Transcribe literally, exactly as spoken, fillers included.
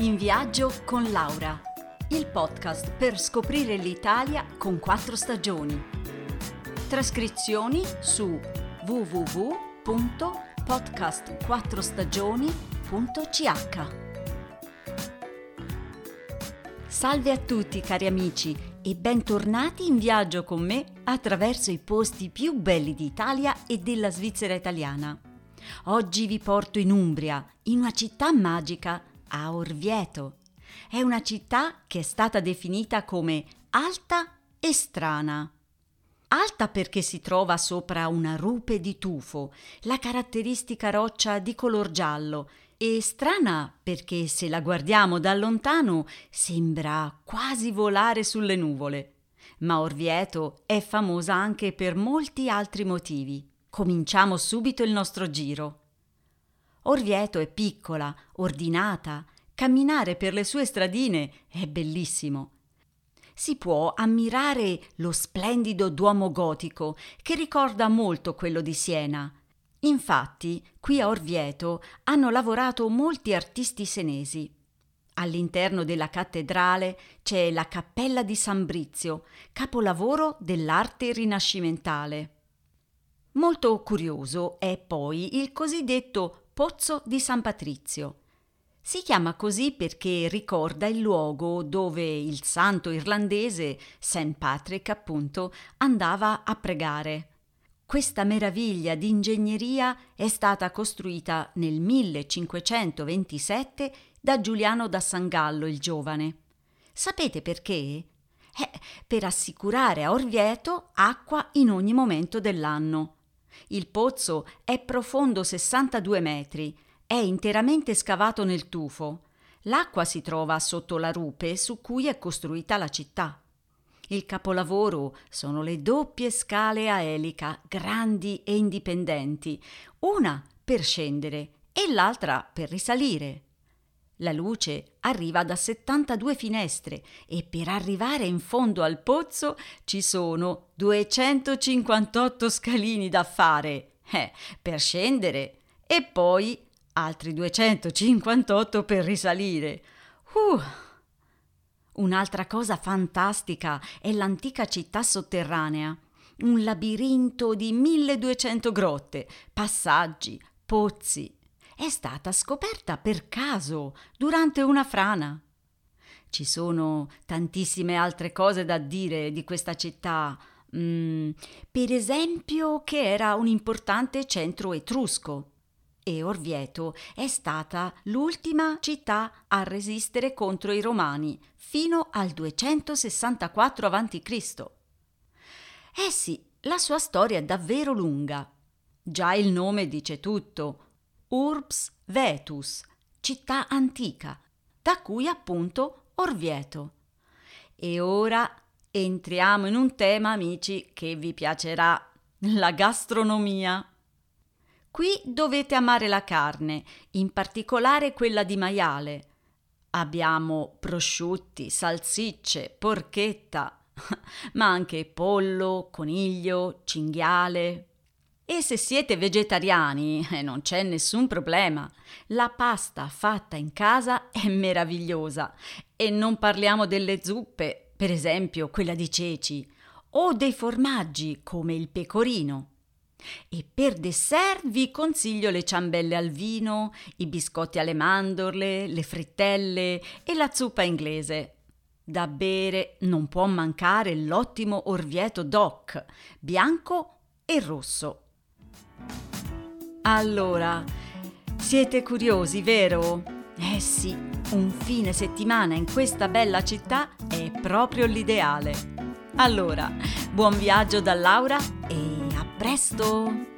In viaggio con Laura, il podcast per scoprire l'Italia con quattro stagioni. Trascrizioni su w w w punto podcast quattro stagioni punto c h. Salve a tutti cari amici e bentornati in viaggio con me attraverso i posti più belli d'Italia e della Svizzera italiana. Oggi vi porto in Umbria, in una città magica, a Orvieto. È una città che è stata definita come alta e strana. Alta perché si trova sopra una rupe di tufo, la caratteristica roccia di color giallo, e strana perché se la guardiamo da lontano sembra quasi volare sulle nuvole. Ma Orvieto è famosa anche per molti altri motivi. Cominciamo subito il nostro giro. Orvieto è piccola, ordinata, camminare per le sue stradine è bellissimo. Si può ammirare lo splendido Duomo gotico che ricorda molto quello di Siena. Infatti, qui a Orvieto hanno lavorato molti artisti senesi. All'interno della cattedrale c'è la Cappella di San Brizio, capolavoro dell'arte rinascimentale. Molto curioso è poi il cosiddetto Pozzo di San Patrizio. Si chiama così perché ricorda il luogo dove il santo irlandese Saint Patrick, appunto, andava a pregare. Questa meraviglia di ingegneria è stata costruita nel millecinquecentoventisette da Giuliano da San Gallo il Giovane. Sapete perché? Eh, per assicurare a Orvieto acqua in ogni momento dell'anno. Il pozzo è profondo sessantadue metri, è interamente scavato nel tufo. L'acqua si trova sotto la rupe su cui è costruita la città. Il capolavoro sono le doppie scale a elica, grandi e indipendenti, una per scendere e l'altra per risalire. La luce arriva da settantadue finestre e per arrivare in fondo al pozzo ci sono duecentocinquantotto scalini da fare, eh, per scendere e poi altri duecentocinquantotto per risalire. Uh! Un'altra cosa fantastica è l'antica città sotterranea, un labirinto di milleduecento grotte, passaggi, pozzi. È stata scoperta per caso durante una frana. Ci sono tantissime altre cose da dire di questa città, mm, per esempio che era un importante centro etrusco. E Orvieto è stata l'ultima città a resistere contro i Romani fino al duecentosessantaquattro avanti Cristo Eh sì, la sua storia è davvero lunga. Già il nome dice tutto. Urbs Vetus, città antica, da cui appunto Orvieto. E ora entriamo in un tema, amici, che vi piacerà, la gastronomia. Qui dovete amare la carne, in particolare quella di maiale. Abbiamo prosciutti, salsicce, porchetta, ma anche pollo, coniglio, cinghiale. E se siete vegetariani, eh, non c'è nessun problema. La pasta fatta in casa è meravigliosa. E non parliamo delle zuppe, per esempio quella di ceci, o dei formaggi come il pecorino. E per dessert vi consiglio le ciambelle al vino, i biscotti alle mandorle, le frittelle e la zuppa inglese. Da bere non può mancare l'ottimo Orvieto DOC, bianco e rosso. Allora, siete curiosi, vero? Eh sì, un fine settimana in questa bella città è proprio l'ideale. Allora, buon viaggio da Laura e a presto!